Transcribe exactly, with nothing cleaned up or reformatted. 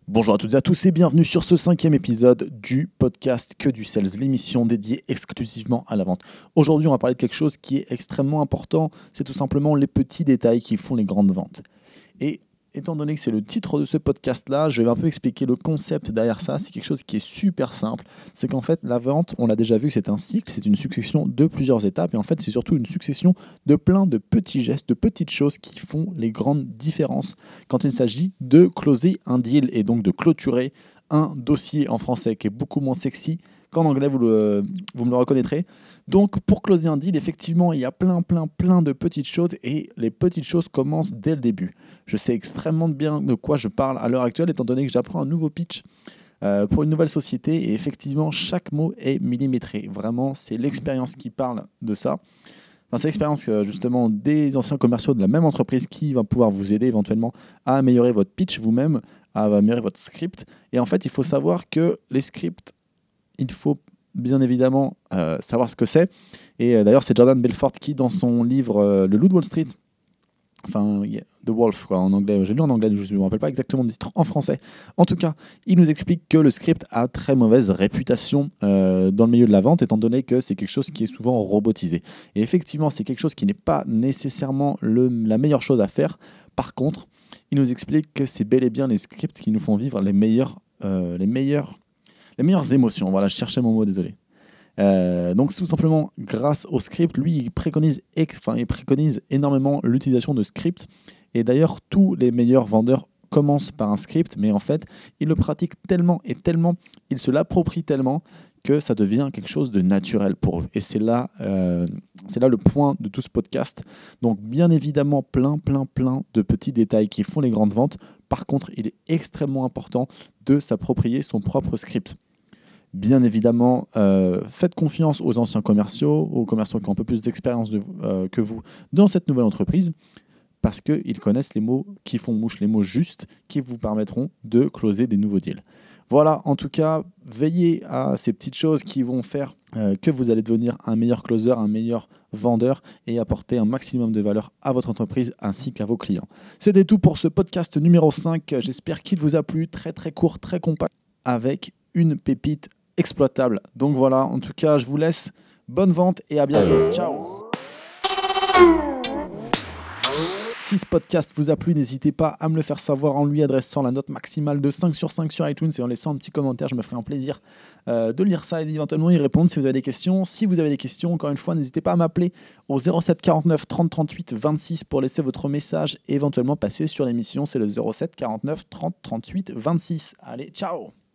Bonjour à toutes et à tous et bienvenue sur ce cinquième épisode du podcast Que du Sales, l'émission dédiée exclusivement à la vente. Aujourd'hui, on va parler de quelque chose qui est extrêmement important, c'est tout simplement les petits détails qui font les grandes ventes. Et étant donné que c'est le titre de ce podcast-là, je vais un peu expliquer le concept derrière ça. C'est quelque chose qui est super simple. C'est qu'en fait, la vente, on l'a déjà vu, c'est un cycle, c'est une succession de plusieurs étapes. Et en fait, c'est surtout une succession de plein de petits gestes, de petites choses qui font les grandes différences quand il s'agit de closer un deal et donc de clôturer un dossier en français qui est beaucoup moins sexy qu'en anglais, vous, le, vous me le reconnaîtrez. Donc, pour closer un deal, effectivement, il y a plein, plein, plein de petites choses et les petites choses commencent dès le début. Je sais extrêmement bien de quoi je parle à l'heure actuelle, étant donné que j'apprends un nouveau pitch euh, pour une nouvelle société et effectivement, chaque mot est millimétré. Vraiment, c'est l'expérience qui parle de ça. Enfin, c'est l'expérience euh, justement des anciens commerciaux de la même entreprise qui va pouvoir vous aider éventuellement à améliorer votre pitch vous-même, à améliorer votre script. Et en fait, il faut savoir que les scripts, il faut bien évidemment euh, savoir ce que c'est. Et euh, d'ailleurs, c'est Jordan Belfort qui, dans son livre euh, Le Loup de Wall Street, enfin, yeah, The Wolf, quoi, en anglais, j'ai lu en anglais, je ne me rappelle pas exactement le titre en français. En tout cas, il nous explique que le script a très mauvaise réputation euh, dans le milieu de la vente, étant donné que c'est quelque chose qui est souvent robotisé. Et effectivement, c'est quelque chose qui n'est pas nécessairement le, la meilleure chose à faire. Par contre, il nous explique que c'est bel et bien les scripts qui nous font vivre les meilleurs, euh, les meilleurs Les meilleures émotions, voilà, je cherchais mon mot, désolé. Euh, donc tout simplement, grâce au script, lui, il préconise, ex- enfin, il préconise énormément l'utilisation de scripts. Et d'ailleurs, tous les meilleurs vendeurs commencent par un script, mais en fait, ils le pratiquent tellement et tellement, ils se l'approprient tellement que ça devient quelque chose de naturel pour eux. Et c'est là, euh, c'est là le point de tout ce podcast. Donc bien évidemment, plein, plein, plein de petits détails qui font les grandes ventes. Par contre, il est extrêmement important de s'approprier son propre script. Bien évidemment, euh, faites confiance aux anciens commerciaux, aux commerciaux qui ont un peu plus d'expérience de, euh, que vous dans cette nouvelle entreprise, parce qu'ils connaissent les mots qui font mouche, les mots justes qui vous permettront de closer des nouveaux deals. Voilà, en tout cas, veillez à ces petites choses qui vont faire euh, que vous allez devenir un meilleur closer, un meilleur vendeur et apporter un maximum de valeur à votre entreprise ainsi qu'à vos clients. C'était tout pour ce podcast numéro cinq. J'espère qu'il vous a plu, très très court, très compact, avec une pépite exploitable. Donc voilà, en tout cas, je vous laisse. Bonne vente et à bientôt. Ciao. Si ce podcast vous a plu, n'hésitez pas à me le faire savoir en lui adressant la note maximale de cinq sur cinq sur iTunes et en laissant un petit commentaire. Je me ferai un plaisir euh, de lire ça et d'éventuellement y répondre si vous avez des questions. Si vous avez des questions, encore une fois, n'hésitez pas à m'appeler au zéro sept quarante-neuf trente trente-huit vingt-six pour laisser votre message et éventuellement passer sur l'émission. C'est le zéro sept quarante-neuf trente trente-huit vingt-six. Allez, ciao!